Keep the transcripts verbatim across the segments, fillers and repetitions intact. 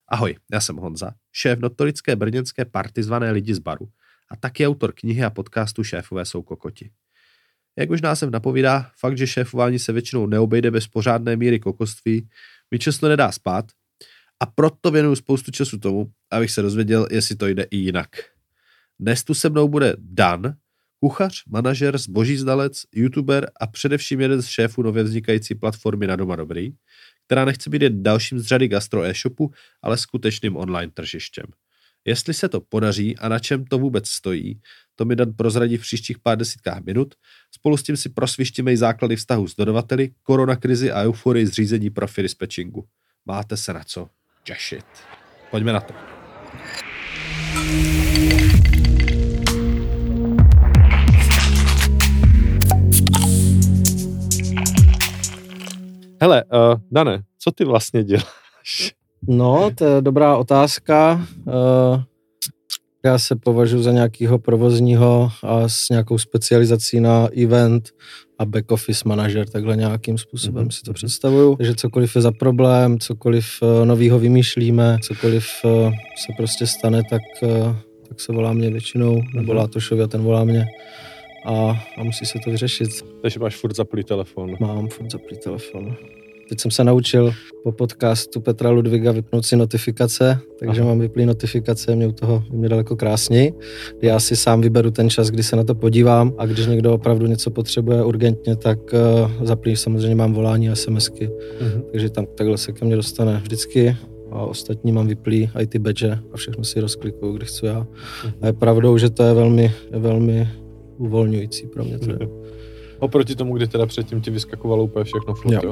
Ahoj, já jsem Honza, šéf notorické brněnské party zvané Lidi z baru a taky autor knihy a podcastu Šéfové jsou kokoti. Jak už název napovídá, fakt, že šéfování se většinou neobejde bez pořádné míry kokoství, mi často nedá spát a proto věnuju spoustu času tomu, abych se dozvěděl, jestli to jde i jinak. Dnes tu se mnou bude Dan, kuchař, manažer, zboží znalec, youtuber a především jeden z šéfů nově vznikající platformy Na doma dobrý, která nechce být jen dalším z řady gastro e-shopu, ale skutečným online tržištěm. Jestli se to podaří a na čem to vůbec stojí, to mi Dan prozradí v příštích pár desítkách minut. Spolu s tím si prosvištíme i základy vztahu s dodavateli, koronakrizi a euforii zřízení profi dispatchingu. Máte se na co těšit. Pojďme na to. Hele, uh, Dane, co ty vlastně děláš? No, to je dobrá otázka. Uh, já se považuji za nějakého provozního a s nějakou specializací na event a back office manažer, takhle nějakým způsobem mm-hmm. si to představuju. Takže cokoliv je za problém, cokoliv uh, novýho vymýšlíme, cokoliv uh, se prostě stane, tak, uh, tak se volá mě většinou, mm-hmm. nebo Látošovi a ten volá mě. A, a musí se to vyřešit. Takže máš furt zaplý telefon. Mám furt zaplý telefon. Teď jsem se naučil po podcastu Petra Ludviga vypnout si notifikace, takže Aha. mám vyplý notifikace, mě u toho mě daleko krásněji. Já si sám vyberu ten čas, kdy se na to podívám a když někdo opravdu něco potřebuje urgentně, tak uh, zaplý samozřejmě mám volání a SMSky, uh-huh. takže tam takhle se ke mně dostane vždycky a ostatní mám vyplý i ty badge a všechno si rozklikuju, když chci já. Uh-huh. A je pravdou, že to je velmi, je velmi uvolňující pro mě. Uh-huh. Oproti tomu, kdy teda předtím ti vyskakovalo úplně všechno furt, jo? jo?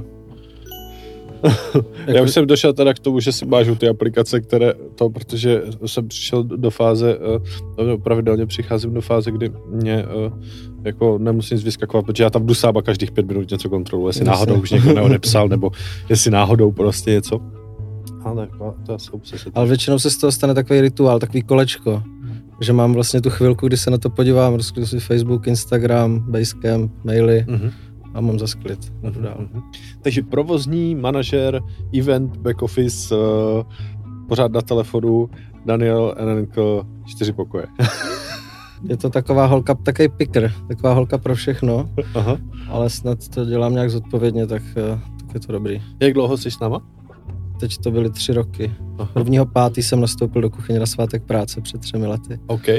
Já už jsem došel teda k tomu, že si mážu ty aplikace, které to, protože jsem přišel do fáze, pravidelně přicházím do fáze, kdy mě jako nemusím nic vyskakovat, protože já tam jdu sám a každých pět minut něco kontroluji, jestli náhodou už někdo neodepsal, nebo jestli náhodou prostě něco. Ale to je obsese. Ale většinou se z toho stane takový rituál, takový kolečko, že mám vlastně tu chvilku, kdy se na to podívám, rozklidu si Facebook, Instagram, Basecamp, maily, mm-hmm. a mám za sklid. Mm-hmm. Takže provozní, manažer, event, back office, uh, pořád na telefonu, Daniel Enenko, čtyři pokoje. Je to taková holka, takový picker, taková holka pro všechno, Aha. ale snad to dělám nějak zodpovědně, tak, tak je to dobrý. Jak dlouho jsi s náma? Teď to byly tři roky. Aha. Prvního pátý jsem nastoupil do kuchyně na svátek práce před třemi lety. OK.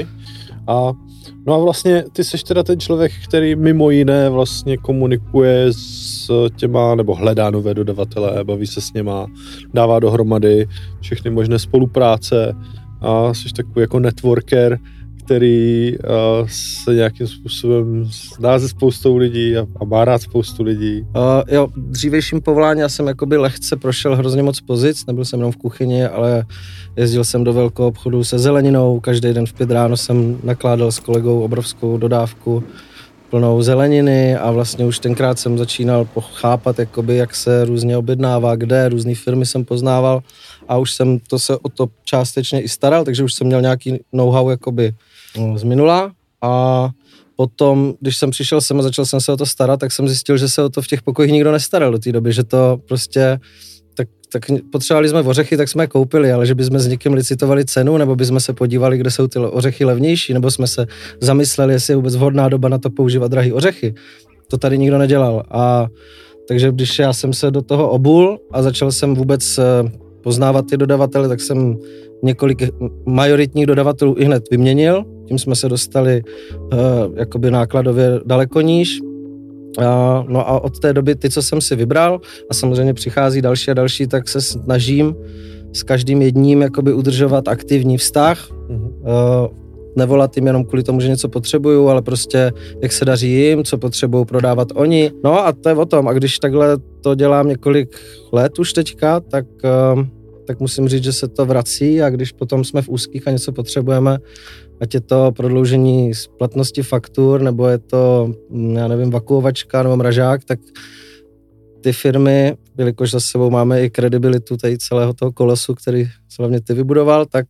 A, no a vlastně ty seš teda ten člověk, který mimo jiné vlastně komunikuje s těma, nebo hledá nové dodavatele, baví se s něma, dává dohromady všechny možné spolupráce a jsi takový jako networker, který uh, se nějakým způsobem zná se spoustou lidí a, a má rád spoustu lidí. Uh, jo, v dřívějším povolání já jsem jakoby lehce prošel hrozně moc pozic, nebyl jsem jenom v kuchyni, ale jezdil jsem do velkého obchodu se zeleninou, každý den v pět ráno jsem nakládal s kolegou obrovskou dodávku plnou zeleniny a vlastně už tenkrát jsem začínal pochápat, jakoby, jak se různě objednává, kde, různý firmy jsem poznával a už jsem to se o to částečně i staral, takže už jsem měl nějaký know-how jakoby z minula a potom, když jsem přišel sem a začal jsem se o to starat, tak jsem zjistil, že se o to v těch pokojích nikdo nestaral do té doby, že to prostě, tak, tak potřebovali jsme ořechy, tak jsme je koupili, ale že bychom s někým licitovali cenu, nebo bychom se podívali, kde jsou ty ořechy levnější, nebo jsme se zamysleli, jestli je vůbec vhodná doba na to používat drahý ořechy. To tady nikdo nedělal a takže když já jsem se do toho obul a začal jsem vůbec poznávat ty dodavatele, tak jsem několik majoritních dodavatelů i hned vyměnil. Tím jsme se dostali uh, jakoby nákladově daleko níž. Uh, no a od té doby ty, co jsem si vybral, a samozřejmě přichází další a další, tak se snažím s každým jedním jakoby udržovat aktivní vztah. Mm-hmm. Uh, nevolat jim jenom kvůli tomu, že něco potřebuju, ale prostě jak se daří jim, co potřebují prodávat oni. No a to je o tom. A když takhle to dělám několik let už teďka, tak, tak musím říct, že se to vrací a když potom jsme v úzkých a něco potřebujeme, ať je to prodloužení splatnosti faktur, nebo je to, já nevím, vakuovačka nebo mražák, tak ty firmy, jelikož za sebou máme i kredibilitu tady celého toho kolosu, který hlavně ty vybudoval, tak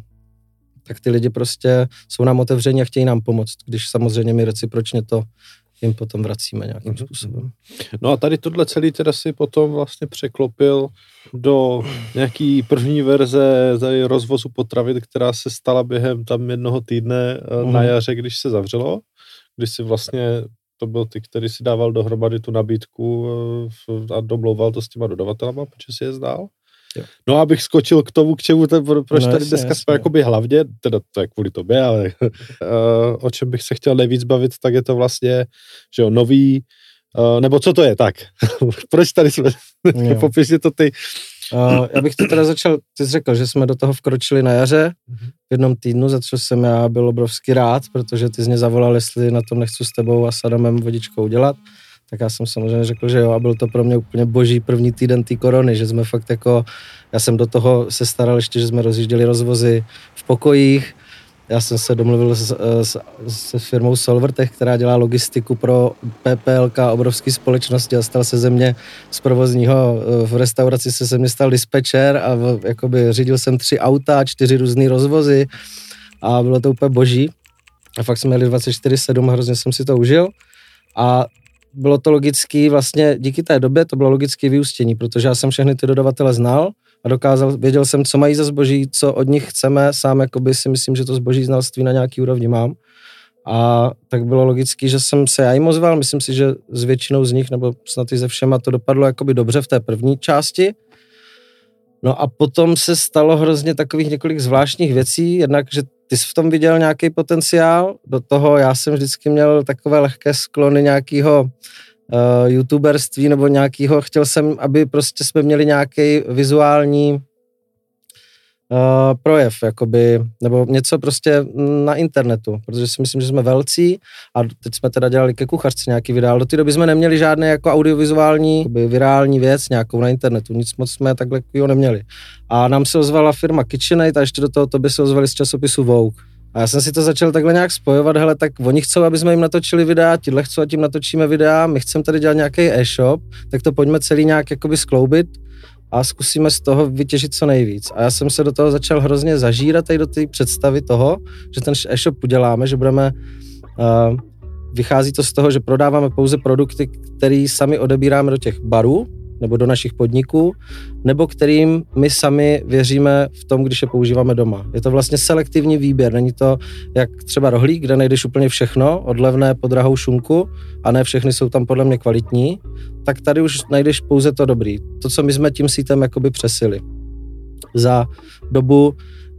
tak ty lidi prostě jsou nám otevření a chtějí nám pomoct, když samozřejmě my recipročně to jim potom vracíme nějakým mm-hmm. způsobem. No a tady tohle celý teda si potom vlastně překlopil do nějaký první verze tady rozvozu potravin, která se stala během tam jednoho týdne mm-hmm. na jaře, když se zavřelo, když si vlastně to byl ty, který si dával dohromady tu nabídku a domlouval to s těma dodavatelama, protože si je znal. Jo. No abych skočil k tomu, k čemu, ten, proč no, tady dneska jsme jakoby hlavně, teda to je kvůli tobě, ale uh, o čem bych se chtěl nejvíc bavit, tak je to vlastně, že jo, nový, uh, nebo co to je, tak, proč tady jsme, popiš to ty. Uh, já bych to teda začal, ty jsi řekl, že jsme do toho vkročili na jaře v jednom týdnu, za což jsem já byl obrovský rád, protože ty jsi mě zavolal, jestli na tom nechci s tebou a s Adamem Vodičkou dělat. Tak já jsem samozřejmě řekl, že jo, a byl to pro mě úplně boží první týden té korony, že jsme fakt jako, já jsem do toho se staral ještě, že jsme rozjížděli rozvozy v pokojích, já jsem se domluvil s, s, s firmou Solvertech, která dělá logistiku pro P P L K, obrovské společnosti a stal se ze mě z provozního, v restauraci se ze mě stal dispečer a v, jakoby řídil jsem tři auta, čtyři různý rozvozy a bylo to úplně boží a fakt jsme jeli dvacet čtyři sedm, hrozně jsem si to užil a bylo to logický, vlastně díky té době to bylo logické vyústění, protože já jsem všechny ty dodavatele znal a dokázal, věděl jsem, co mají za zboží, co od nich chceme, sám jakoby si myslím, že to zboží znalství na nějaký úrovni mám. A tak bylo logický, že jsem se já jim ozval, myslím si, že s většinou z nich, nebo snad i ze všema to dopadlo jakoby dobře v té první části. No a potom se stalo hrozně takových několik zvláštních věcí, jednak, že ty jsi v tom viděl nějaký potenciál, do toho já jsem vždycky měl takové lehké sklony nějakého uh, youtuberství nebo nějakého, chtěl jsem, aby prostě jsme měli nějaký vizuální uh, projev, jakoby, nebo něco prostě na internetu, protože si myslím, že jsme velcí a teď jsme teda dělali ke kuchařce nějaký videa, ale do té doby jsme neměli žádné jako audiovizuální, jakoby virální věc nějakou na internetu, nic moc jsme takhle neměli. A nám se ozvala firma KitchenAid a ještě do toho to by se ozvali z časopisu Vogue. A já jsem si to začal takhle nějak spojovat, hele, tak oni chcou, aby jsme jim natočili videa, tihle chcou, a tím natočíme videa, my chceme tady dělat nějaký e-shop, tak to pojďme celý nějak jakoby skloubit a zkusíme z toho vytěžit co nejvíc. A já jsem se do toho začal hrozně zažírat tady do té představy toho, že ten e-shop uděláme, že budeme, uh, vychází to z toho, že prodáváme pouze produkty, které sami odebíráme do těch barů, nebo do našich podniků, nebo kterým my sami věříme v tom, když je používáme doma. Je to vlastně selektivní výběr, není to jak třeba rohlík, kde najdeš úplně všechno, od levné po drahou šunku a ne všechny jsou tam podle mě kvalitní, tak tady už najdeš pouze to dobrý. To, co my jsme tím sítem jakoby přesili. Za dobu,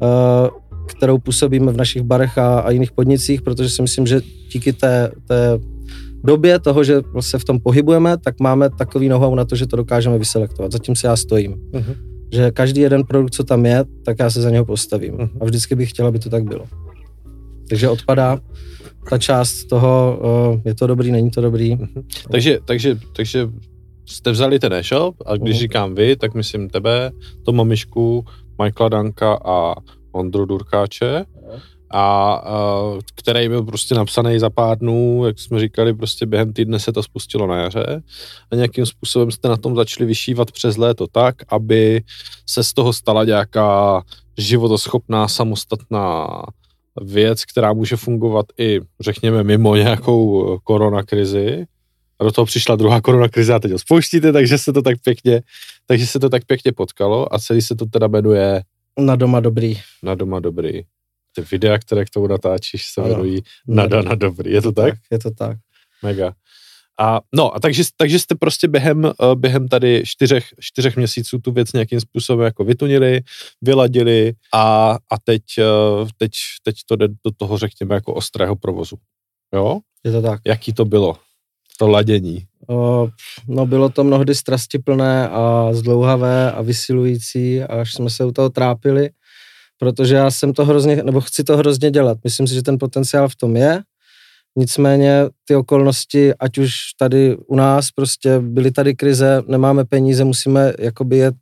kterou působíme v našich barech a, a jiných podnicích, protože si myslím, že díky té, té době toho, že se v tom pohybujeme, tak máme takový know-how na to, že to dokážeme vyselektovat. Zatím se já stojím. Uh-huh. Že každý jeden produkt, co tam je, tak já se za něho postavím. Uh-huh. A vždycky bych chtěla, aby to tak bylo. Takže odpadá ta část toho, uh, je to dobrý, není to dobrý. Uh-huh. Takže, takže, takže jste vzali ten e-shop a když uh-huh. říkám vy, tak myslím tebe, Toma Mišku, Michaela Danka a Ondru Durkáče. A, a který byl prostě napsaný za pár dnů, jak jsme říkali, prostě během týdne se to spustilo na jaře a nějakým způsobem jste na tom začali vyšívat přes léto tak, aby se z toho stala nějaká životoschopná, samostatná věc, která může fungovat i, řekněme, mimo nějakou koronakrizi. A do toho přišla druhá koronakrize a teď ho spouštíte, takže se to tak pěkně, takže se to tak pěkně potkalo a celý se to teda jmenuje Na doma dobrý. Na doma dobrý. Ty videa, které k tomu natáčíš, se jmenují Na doma dobrý. Je to tak? Je to tak. Mega. A no, a takže, takže jste prostě během, během tady čtyřech, čtyřech měsíců tu věc nějakým způsobem jako vytunili, vyladili a, a teď, teď, teď to jde do toho, řekněme, jako ostrého provozu. Jo? Je to tak. Jaký to bylo? To ladění? O, no bylo to mnohdy strastiplné a zdlouhavé a vysilující, až jsme se u toho trápili, protože já jsem to hrozně, nebo chci to hrozně dělat. Myslím si, že ten potenciál v tom je. Nicméně ty okolnosti, ať už tady u nás, prostě byly tady krize, nemáme peníze, musíme jakoby jet,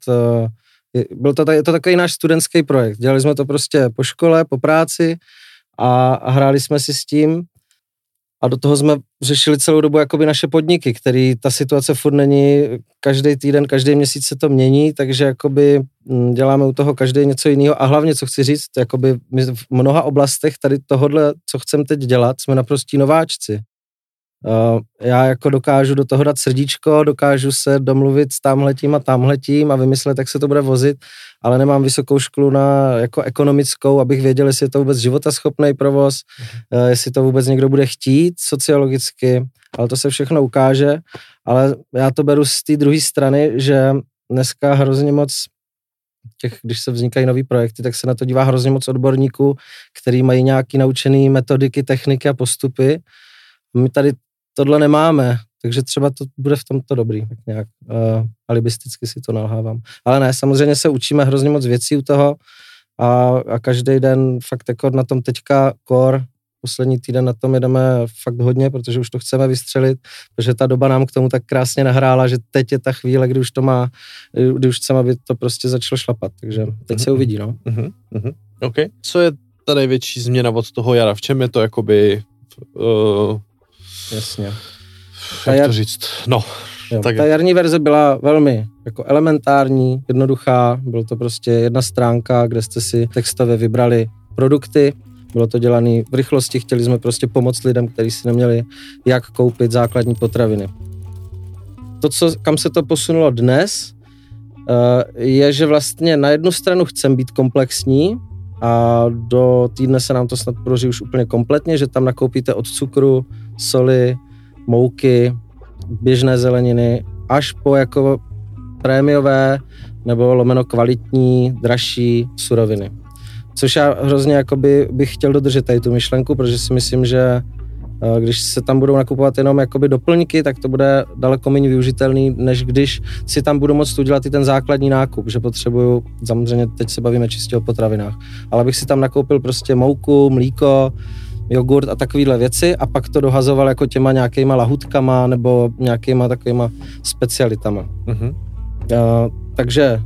byl to, je to takový náš studentský projekt. Dělali jsme to prostě po škole, po práci a, a hráli jsme si s tím a do toho jsme řešili celou dobu jakoby naše podniky, který ta situace furt není, každý týden, každý měsíc se to mění, takže jakoby děláme u toho každý něco jiného a hlavně, co chci říct, jakoby my v mnoha oblastech tady tohodle, co chceme teď dělat, jsme naprostí nováčci. Uh, já jako dokážu do toho dát srdíčko, dokážu se domluvit s tamhletím a tamhletím a vymyslet, jak se to bude vozit, ale nemám vysokou školu na jako ekonomickou, abych věděl, jestli je to vůbec životaschopný provoz, uh, jestli to vůbec někdo bude chtít sociologicky, ale to se všechno ukáže, ale já to beru z té druhé strany, že dneska hrozně moc těch, když se vznikají nový projekty, tak se na to dívá hrozně moc odborníků, který mají nějaký naučený metodiky, techniky a postupy. My tady tohle nemáme, takže třeba to bude v tomto dobrý, tak nějak uh, alibisticky si to nalhávám. Ale ne, samozřejmě se učíme hrozně moc věcí u toho a, a každý den fakt jako na tom teďka core, poslední týden na tom jedeme fakt hodně, protože už to chceme vystřelit, protože ta doba nám k tomu tak krásně nahrála, že teď je ta chvíle, kdy už to má, kdy už chceme, aby to prostě začalo šlapat, takže teď se uvidí, no. Uh-huh, uh-huh. OK. Co je ta největší změna od toho jara? V čem je to jakoby... Uh... Jasně. Jak ta jar... to říct? No. Jo, tak ta jarní verze byla velmi jako elementární, jednoduchá, bylo to prostě jedna stránka, kde jste si textově vybrali produkty, bylo to dělané v rychlosti, chtěli jsme prostě pomoct lidem, kteří si neměli jak koupit základní potraviny. To, co, kam se to posunulo dnes, je, že vlastně na jednu stranu chcem být komplexní a do týdne se nám to snad podaří už úplně kompletně, že tam nakoupíte od cukru, soli, mouky, běžné zeleniny, až po jako prémiové nebo lomeno kvalitní, dražší suroviny. Což já hrozně jakoby bych chtěl dodržet tady tu myšlenku, protože si myslím, že když se tam budou nakupovat jenom jakoby doplňky, tak to bude daleko méně využitelný, než když si tam budu moct udělat i ten základní nákup, že potřebuju, samozřejmě teď se bavíme čistě o potravinách, ale bych si tam nakoupil prostě mouku, mlíko, jogurt a takovéhle věci a pak to dohazoval jako těma nějakýma lahutkama nebo nějakýma takovýma specialitama. Mm-hmm. Uh, takže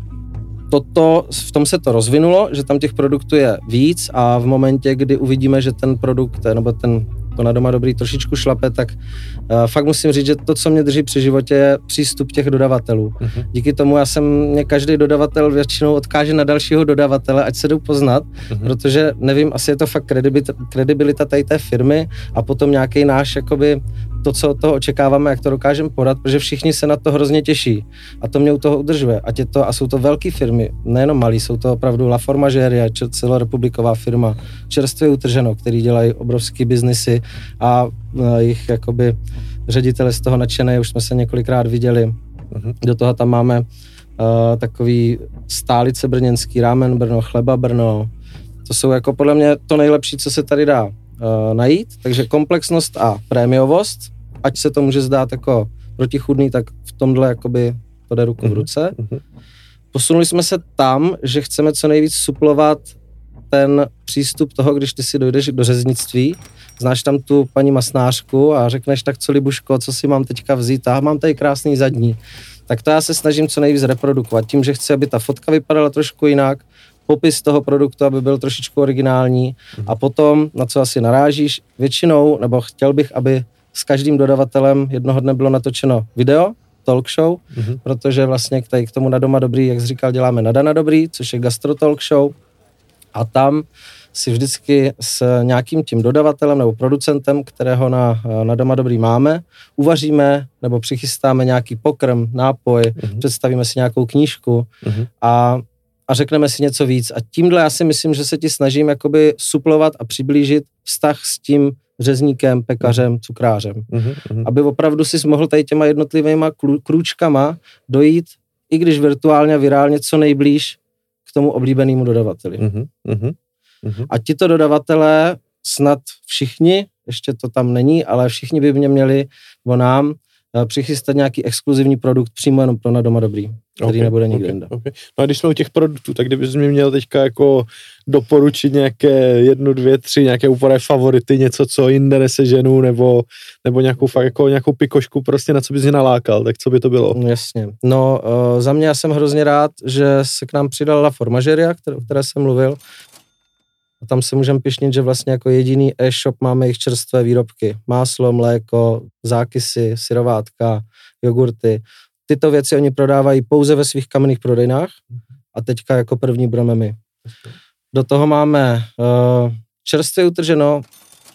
toto, v tom se to rozvinulo, že tam těch produktů je víc a v momentě, kdy uvidíme, že ten produkt, nebo ten, to na doma dobrý trošičku šlape, tak uh, fakt musím říct, že to, co mě drží při životě, je přístup těch dodavatelů. Uh-huh. Díky tomu já jsem, mě každý dodavatel většinou odkáže na dalšího dodavatele, ať se jdou poznat, uh-huh. protože nevím, asi je to fakt kredibilita, kredibilita tady té firmy a potom nějaký náš, jakoby, to, co od toho očekáváme, jak to dokážeme podat, protože všichni se na to hrozně těší a to mě u toho udržuje. Ať je to, a jsou to velké firmy, nejenom malý, jsou to opravdu La Formageria, celorepubliková firma, čerstvě utrženo, který dělají obrovský biznisy a jejich jakoby ředitele z toho nadšené, už jsme se několikrát viděli. Uh-huh. Do toho tam máme uh, takový stálice brněnský, Rámen Brno, Chleba Brno. To jsou jako podle mě to nejlepší, co se tady dá uh, najít. Takže komplexnost a prémiovost, ať se to může zdát jako protichůdný, tak v tomhle jakoby to jde ruku v ruce. Uh-huh. Posunuli jsme se tam, že chceme co nejvíc suplovat ten přístup toho, když ty si dojdeš do řeznictví, znáš tam tu paní masnářku a řekneš, tak co Libuško, co si mám teďka vzít, a mám tady krásný zadní. Tak to já se snažím co nejvíc reprodukovat, tím, že chci, aby ta fotka vypadala trošku jinak, popis toho produktu, aby byl trošičku originální a potom, na co asi narážíš, většinou, nebo chtěl bych, aby s každým dodavatelem jednoho dne bylo natočeno video, talk show, mm-hmm. protože vlastně tady k tomu Na doma dobrý, jak jsi říkal, děláme Na dana dobrý, což je gastro talk show a tam si vždycky s nějakým tím dodavatelem nebo producentem, kterého na, na doma dobrý máme, uvaříme nebo přichystáme nějaký pokrm, nápoj, mm-hmm. představíme si nějakou knížku mm-hmm. a, a řekneme si něco víc. A tímhle já si myslím, že se ti snažím jakoby suplovat a přiblížit vztah s tím řezníkem, pekařem, cukrářem. Mm-hmm. Aby opravdu si mohl tady těma jednotlivýma krůčkama dojít, i když virtuálně a virálně, co nejblíž k tomu oblíbenému dodavateli. Mm-hmm. Mm-hmm. A tito dodavatelé, snad všichni, ještě to tam není, ale všichni by mě měli o nám přichystat nějaký exkluzivní produkt přímo jenom pro Na doma dobrý, který okay, nebude nikde okay, jinde. Okay. No a když jsme u těch produktů, tak kdybys mi měl teďka jako doporučit nějaké jednu, dvě, tři, nějaké úplně favority, něco, co jinde neseženu, nebo, nebo nějakou fakt jako nějakou pikošku prostě, na co bys mě nalákal, tak co by to bylo? Jasně. No uh, za mě já jsem hrozně rád, že se k nám přidala La Formageria, o které jsem mluvil. A tam se můžeme pyšnit, že vlastně jako jediný e-shop máme jich čerstvé výrobky. Máslo, mléko, zákysy, syrovátka, jogurty. Tyto věci oni prodávají pouze ve svých kamenných prodejnách a teďka jako první budeme my. Do toho máme uh, čerstvě utrženo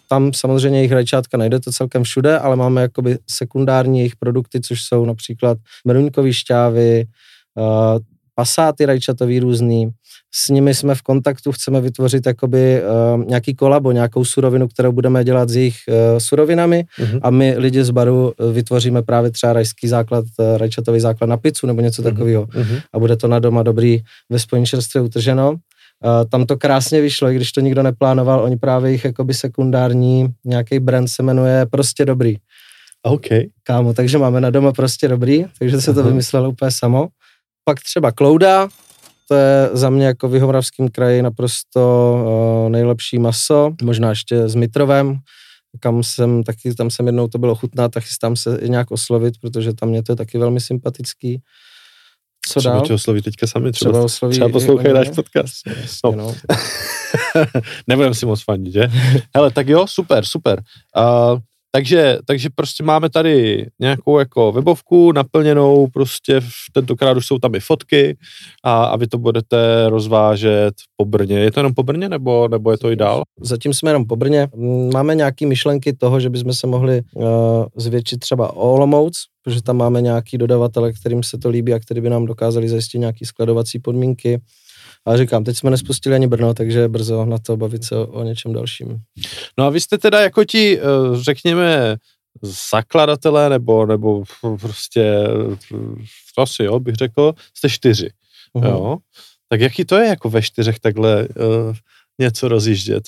tam samozřejmě jejich rajčátka najdete celkem všude, ale máme jakoby sekundární jejich produkty, což jsou například meruňkový šťávy, uh, pasáty rajčatový různý. S nimi jsme v kontaktu, chceme vytvořit jakoby uh, nějaký kolabo, nějakou surovinu, kterou budeme dělat s jejich uh, surovinami uh-huh. a my lidi z baru vytvoříme právě třeba rajský základ, uh, rajčatový základ na pizzu nebo něco uh-huh. takového. Uh-huh. A bude to na doma dobrý ve spojení čerstvě utrženo. Uh, tam to krásně vyšlo, i když to nikdo neplánoval, oni právě jich jakoby sekundární, nějaký brand se jmenuje Prostě dobrý. OK. Kámo, takže máme na doma Prostě dobrý, takže se to uh-huh. vymyslelo úplně samo. Pak třeba Klouda, to je za mě jako v Jihomoravském kraji naprosto uh, nejlepší maso, možná ještě s Mitrovem, kam jsem taky, tam jsem jednou to bylo chutnat a chystám se i nějak oslovit, protože tam mě to je taky velmi sympatický. Co třeba dál? tě osloví teďka sami, třeba, třeba, osloví třeba poslouchají náš podcast. Jasně, no. Nebudem si moc fandit, že? Hele, tak jo, super, super. Uh, takže, takže prostě máme tady nějakou jako webovku naplněnou, prostě tentokrát už jsou tam i fotky a, a vy to budete rozvážet po Brně. Je to jenom po Brně, nebo, nebo je to i dál? Zatím jsme jenom po Brně. Máme nějaké myšlenky toho, že bychom se mohli uh, zvětšit třeba o Olomouc, protože tam máme nějaký dodavatele, kterým se to líbí a který by nám dokázali zajistit nějaké skladovací podmínky. Ale říkám, teď jsme nespustili ani Brno, takže je brzo na to bavit se o, o něčem dalším. No a vy jste teda jako ti, řekněme, zakladatelé, nebo, nebo prostě, asi jo, bych řekl, jste čtyři, uh-huh. jo. Tak jaký to je jako ve čtyřech takhle uh, něco rozjíždět?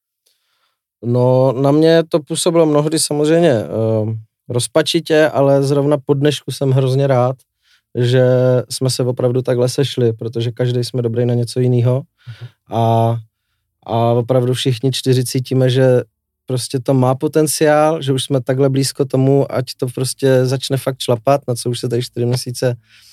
No na mě to působilo mnohdy samozřejmě uh, rozpačitě, ale zrovna po dnešku jsem hrozně rád, že jsme se opravdu takhle sešli, protože každý jsme dobrý na něco jiného a, a opravdu všichni čtyři cítíme, že prostě to má potenciál, že už jsme takhle blízko tomu, ať to prostě začne fakt šlapat, na co už se tady čtyři měsíce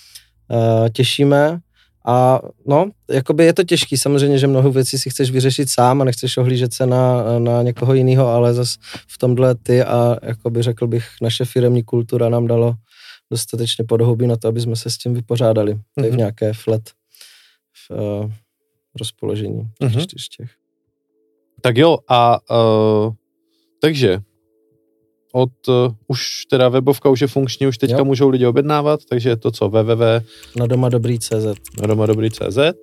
uh, těšíme. A no, jakoby je to těžký, samozřejmě, že mnoho věcí si chceš vyřešit sám a nechceš ohlížet se na, na někoho jiného, ale zas v tomhle ty a jakoby řekl bych, naše firemní kultura nám dalo dostatečně podhoubí na to, aby jsme se s tím vypořádali. Mm-hmm. To je v nějaké flat v, uh, rozpoložení mm-hmm. čtyř těch. Tak jo, a uh, takže od, uh, už teda webovka už je funkční, už teďka jo. můžou lidi objednávat, takže je to co, www. Na doma dobrý tečka cé zet. Na doma dobrý tečka cé zet.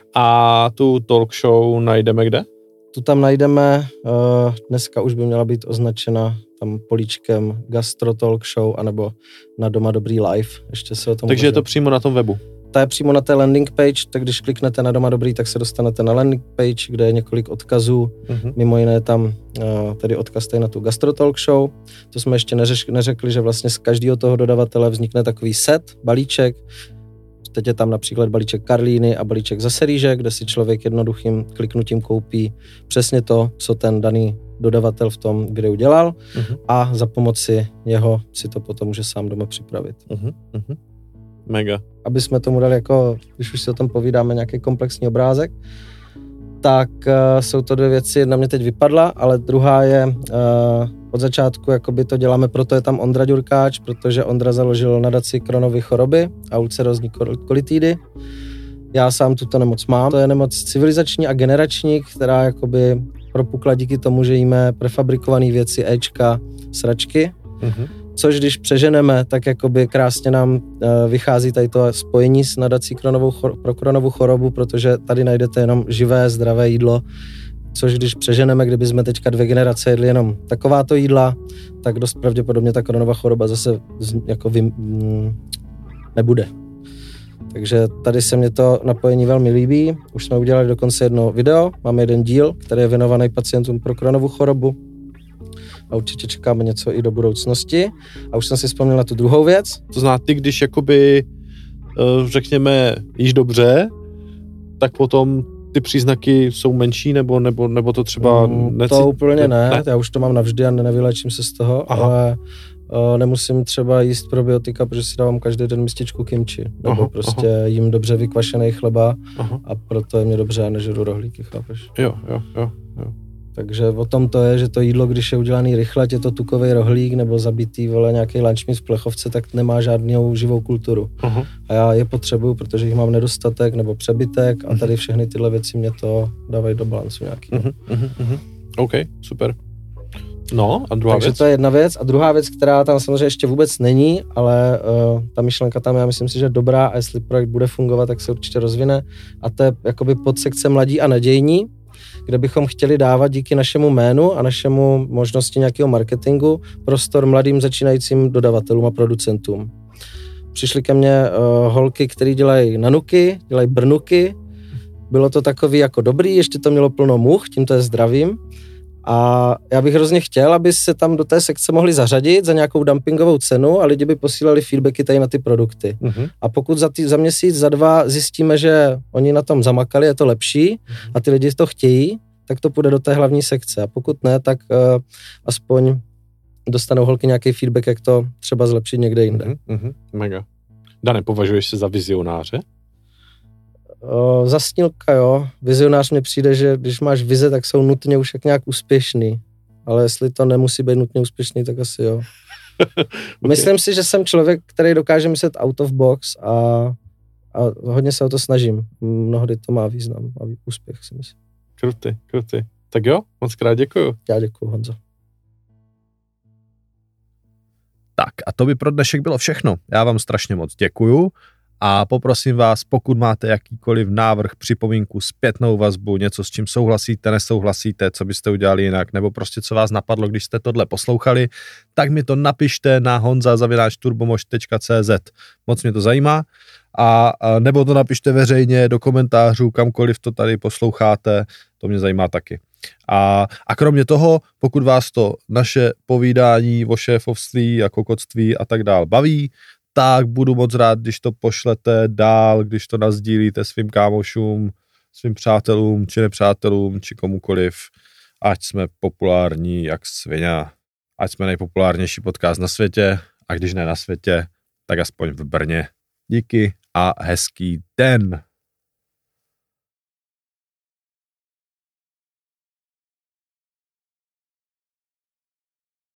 A tu talk show najdeme kde? Tu tam najdeme, uh, dneska už by měla být označena tam políčkem Gastro Talk Show, anebo na doma dobrý live. Ještě se o tom Takže může. je to přímo na tom webu? To je přímo na té landing page, tak když kliknete na doma dobrý, tak se dostanete na landing page, kde je několik odkazů. Mm-hmm. Mimo jiné je tam uh, tedy odkaz tady na tu Gastro Talk Show. To jsme ještě neřeš, neřekli, že vlastně z každého toho dodavatele vznikne takový set, balíček. Teď je tam například balíček Karlíny a balíček zase rýže, kde si člověk jednoduchým kliknutím koupí přesně to, co ten daný dodavatel v tom videu dělal uh-huh. a za pomoci jeho si to potom může sám doma připravit. Uh-huh. Uh-huh. Mega. Aby jsme tomu dali jako, když už si o tom povídáme, nějaký komplexní obrázek, tak uh, jsou to dvě věci, jedna mě teď vypadla, ale druhá je uh, od začátku, jakoby to děláme, proto je tam Ondra Ďurkáč, protože Ondra založil nadaci Crohnovy choroby a ulcerózní kolitidy. Já sám tuto nemoc mám. To je nemoc civilizační a generační, která jakoby propukla díky tomu, že jíme prefabrikované věci, éčka, sračky. Mm-hmm. Což když přeženeme, tak jakoby krásně nám uh, vychází tady to spojení s nadací Crohnovou chor- pro Crohnovu chorobu, protože tady najdete jenom živé, zdravé jídlo, což když přeženeme, kdyby jsme teďka dvě generace jedli jenom takováto jídla, tak dost pravděpodobně ta Crohnova choroba zase jako vy, mm, nebude. Takže tady se mně to napojení velmi líbí. Už jsme udělali dokonce jedno video, máme jeden díl, který je věnovaný pacientům pro Crohnovu chorobu a určitě čekáme něco i do budoucnosti. A už jsem si vzpomněl na tu druhou věc. To znamená, ty když jakoby, řekněme, jíš dobře, tak potom ty příznaky jsou menší, nebo, nebo, nebo to třeba... Mm, neci... To úplně ne. ne, já už to mám navždy a nevylečím se z toho, aha. ale uh, nemusím třeba jíst probiotika, protože si dávám každý den mističku kimči, nebo aha, prostě aha. jím dobře vykvašený chleba aha. a proto je mě dobře a nežeru rohlíky, chápeš? Jo, jo, jo, jo. Takže o tom to je, že to jídlo, když je udělaný rychle, je to tukový rohlík nebo zabitý, vole, nějaký lunch meat v plechovce, tak nemá žádnou živou kulturu. Uh-huh. A já je potřebuju, protože jich mám nedostatek nebo přebytek a tady všechny tyhle věci mě to dávají do balancu nějaký. Uh-huh, uh-huh. OK, super. No a druhá Takže věc? to je jedna věc. A druhá věc, která tam samozřejmě ještě vůbec není, ale uh, ta myšlenka tam já myslím si, že je dobrá a jestli projekt bude fungovat, tak se určitě rozvine. A to je jakoby podsekce mladí a nadějní, kde bychom chtěli dávat díky našemu jménu a našemu možnosti nějakého marketingu prostor mladým začínajícím dodavatelům a producentům. Přišly ke mně uh, holky, které dělají nanuky, dělají brnuky. Bylo to takový jako dobrý, ještě to mělo plno much, tím to je zdravím. A já bych hrozně chtěl, aby se tam do té sekce mohli zařadit za nějakou dumpingovou cenu a lidi by posílali feedbacky tady na ty produkty. Uh-huh. A pokud za, tý, za měsíc, za dva zjistíme, že oni na tom zamakali, je to lepší uh-huh. a ty lidi to chtějí, tak to půjde do té hlavní sekce. A pokud ne, tak uh, aspoň dostanou holky nějaký feedback, jak to třeba zlepšit někde jinde. Uh-huh. Mega. Dane, považuješ se za vizionáře? O, zasnílka, jo. Vizionář mi přijde, že když máš vize, tak jsou nutně už jak nějak úspěšný. Ale jestli to nemusí být nutně úspěšný, tak asi jo. Okay. Myslím si, že jsem člověk, který dokáže myslet out of box a, a hodně se o to snažím. Mnohdy to má význam a úspěch, si myslím. Kruty, kruty. Tak jo, moc krát děkuju. Já děkuju, Honzo. Tak a to by pro dnešek bylo všechno. Já vám strašně moc děkuju. A poprosím vás, pokud máte jakýkoliv návrh, připomínku, zpětnou vazbu, něco, s čím souhlasíte, nesouhlasíte, co byste udělali jinak, nebo prostě co vás napadlo, když jste tohle poslouchali, tak mi to napište na honza zavináč turbomož tečka cé zet. Moc mě to zajímá. A, a nebo to napište veřejně do komentářů, kamkoliv to tady posloucháte, to mě zajímá taky. A, a kromě toho, pokud vás to naše povídání o šéfovství a kokotství a tak dál baví, tak budu moc rád, když to pošlete dál, když to nasdílíte svým kámošům, svým přátelům, či nepřátelům, či komukoliv, ať jsme populární jak svině, ať jsme nejpopulárnější podcast na světě, a když ne na světě, tak aspoň v Brně. Díky a hezký den.